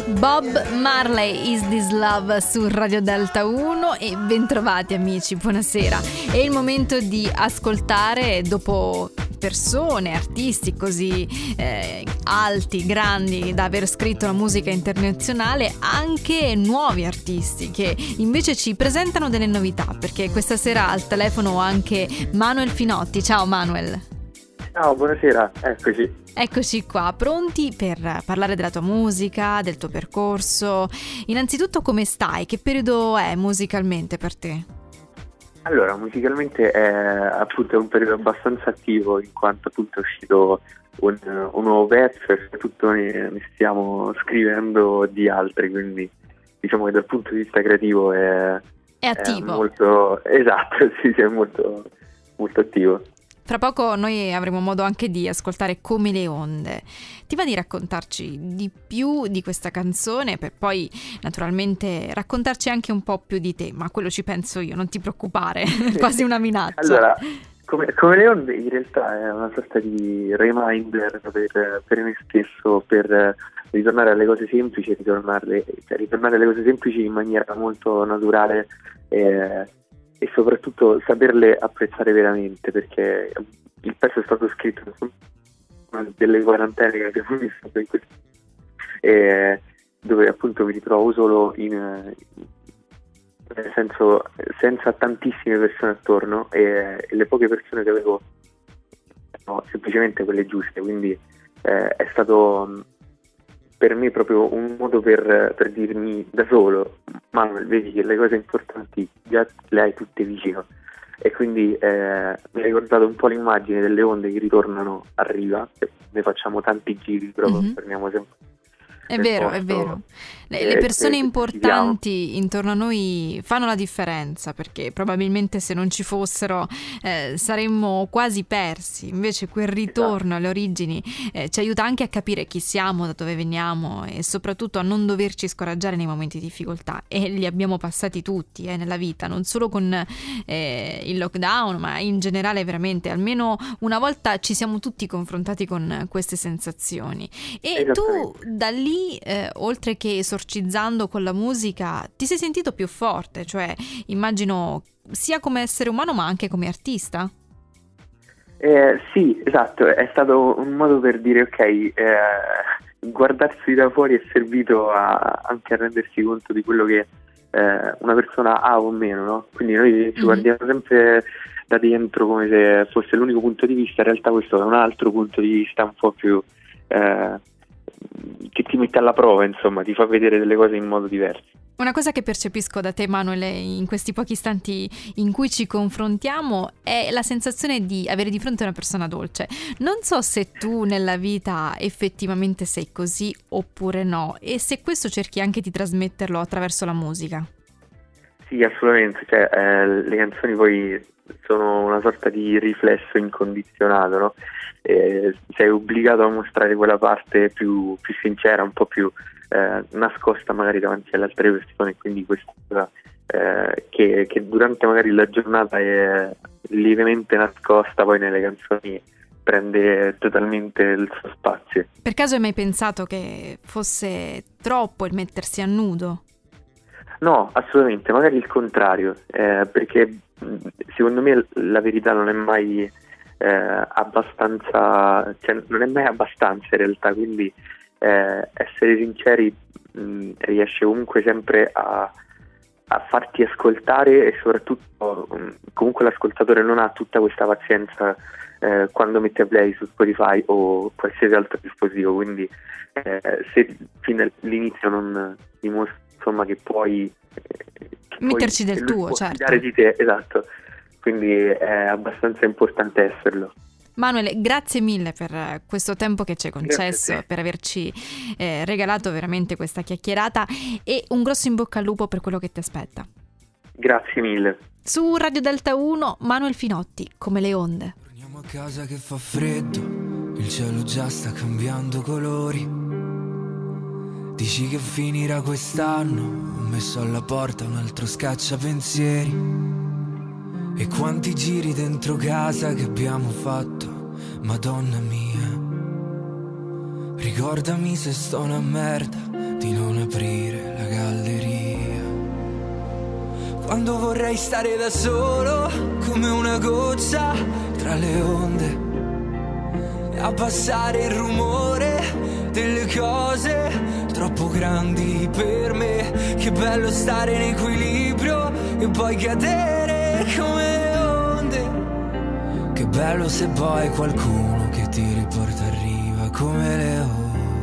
Bob Marley, Is This Love su Radio Delta 1 e bentrovati amici, buonasera. È il momento di ascoltare, dopo persone, artisti così alti, grandi da aver scritto la musica internazionale, anche nuovi artisti che invece ci presentano delle novità, perché questa sera al telefono ho anche Manuel Finotti. Ciao Manuel. Ciao, buonasera, eccoci. Eccoci qua, pronti per parlare della tua musica, del tuo percorso. Innanzitutto come stai? Che periodo è musicalmente per te? Allora, musicalmente è appunto un periodo abbastanza attivo, in quanto appunto è uscito un nuovo pezzo e soprattutto ne stiamo scrivendo di altri, quindi diciamo che dal punto di vista creativo è attivo. Molto, esatto, sì, è molto, molto attivo. Fra poco noi avremo modo anche di ascoltare Come le onde. Ti va di raccontarci di più di questa canzone per poi naturalmente raccontarci anche un po' più di te, ma quello ci penso io, non ti preoccupare, quasi una minaccia. Allora, come le onde in realtà è una sorta di reminder per me stesso, per ritornare alle cose semplici, ritornare alle cose semplici in maniera molto naturale e soprattutto saperle apprezzare veramente, perché il pezzo è stato scritto in una delle quarantene che abbiamo vissuto in questo, dove appunto mi ritrovo solo nel senso senza tantissime persone attorno e le poche persone che avevo erano semplicemente quelle giuste, quindi è stato per me proprio un modo per dirmi da solo: Manuel, vedi che le cose importanti già le hai tutte vicino. E quindi mi ha ricordato un po' l'immagine delle onde che ritornano a riva. Ne facciamo tanti giri, però torniamo sempre. È vero, è vero. Le persone importanti intorno a noi fanno la differenza, perché probabilmente se non ci fossero saremmo quasi persi. Invece quel ritorno alle origini ci aiuta anche a capire chi siamo, da dove veniamo e soprattutto a non doverci scoraggiare nei momenti di difficoltà. E li abbiamo passati tutti nella vita, non solo con il lockdown, ma in generale veramente. Almeno una volta ci siamo tutti confrontati con queste sensazioni. E tu da lì, oltre che esorcizzando con la musica, ti sei sentito più forte, cioè immagino sia come essere umano ma anche come artista? Sì, esatto, è stato un modo per dire ok, guardarsi da fuori è servito anche a rendersi conto di quello che una persona ha o meno, no? Quindi noi ci guardiamo sempre da dentro come se fosse l'unico punto di vista, in realtà questo è un altro punto di vista un po' più che ti mette alla prova, insomma, ti fa vedere delle cose in modo diverso. Una cosa che percepisco da te, Manuel, in questi pochi istanti in cui ci confrontiamo è la sensazione di avere di fronte una persona dolce. Non so se tu nella vita effettivamente sei così oppure no, e se questo cerchi anche di trasmetterlo attraverso la musica. Sì, assolutamente, cioè, le canzoni poi sono una sorta di riflesso incondizionato, no? Sei obbligato a mostrare quella parte più sincera, un po' più nascosta magari davanti alle altre persone, quindi questa cosa che durante magari la giornata è lievemente nascosta, poi nelle canzoni prende totalmente il suo spazio. Per caso hai mai pensato che fosse troppo il mettersi a nudo? No, assolutamente, magari il contrario, perché secondo me la verità non è mai abbastanza, cioè non è mai abbastanza in realtà, quindi essere sinceri riesce comunque sempre a farti ascoltare, e soprattutto comunque l'ascoltatore non ha tutta questa pazienza quando mette a play su Spotify o qualsiasi altro dispositivo, quindi se fin dall'inizio non dimostri insomma che puoi metterci del tuo, certo, dare di te, esatto, quindi è abbastanza importante esserlo. Manuel, grazie mille per questo tempo che ci hai concesso, per averci regalato veramente questa chiacchierata, e un grosso in bocca al lupo per quello che ti aspetta. Grazie mille. Su Radio Delta 1, Manuel Finotti, Come le onde. Torniamo a casa che fa freddo, il cielo già sta cambiando colori. Dici che finirà quest'anno, ho messo alla porta un altro scacciapensieri. E quanti giri dentro casa che abbiamo fatto, Madonna mia. Ricordami se sto una merda, di non aprire la galleria. Quando vorrei stare da solo, come una goccia tra le onde, e abbassare il rumore delle cose troppo grandi per me. Che bello stare in equilibrio e poi cadere come le onde. Che bello se poi qualcuno che ti riporta a riva come le onde.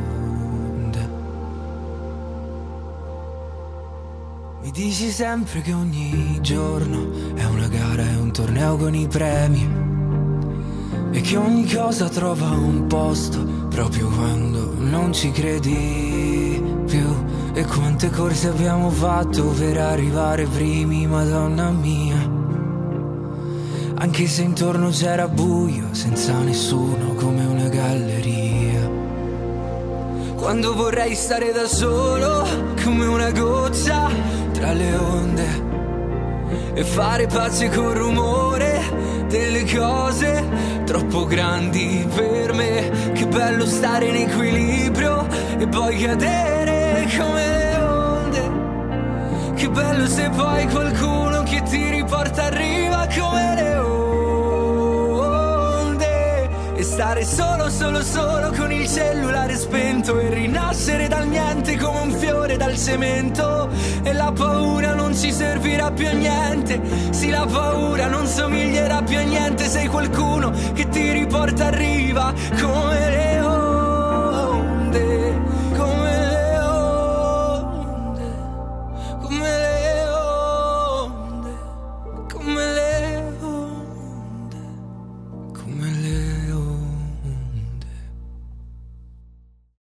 Mi dici sempre che ogni giorno è una gara, è un torneo con i premi, e che ogni cosa trova un posto proprio quando non ci credi più. E quante corse abbiamo fatto per arrivare primi, Madonna mia. Anche se intorno c'era buio, senza nessuno, come una galleria. Quando vorrei stare da solo, come una goccia tra le onde, e fare pace col rumore delle cose troppo grandi per me. Che bello stare in equilibrio e poi cadere come le onde. Che bello se poi qualcuno che ti riporta a riva come le onde. E stare solo, solo, solo con il cellulare spento, e rinascere dal niente come un fiore dal cemento. E la paura non ci servirà più a niente. Sì, la paura non somiglierà più a niente. Sei qualcuno che ti riporta a riva come le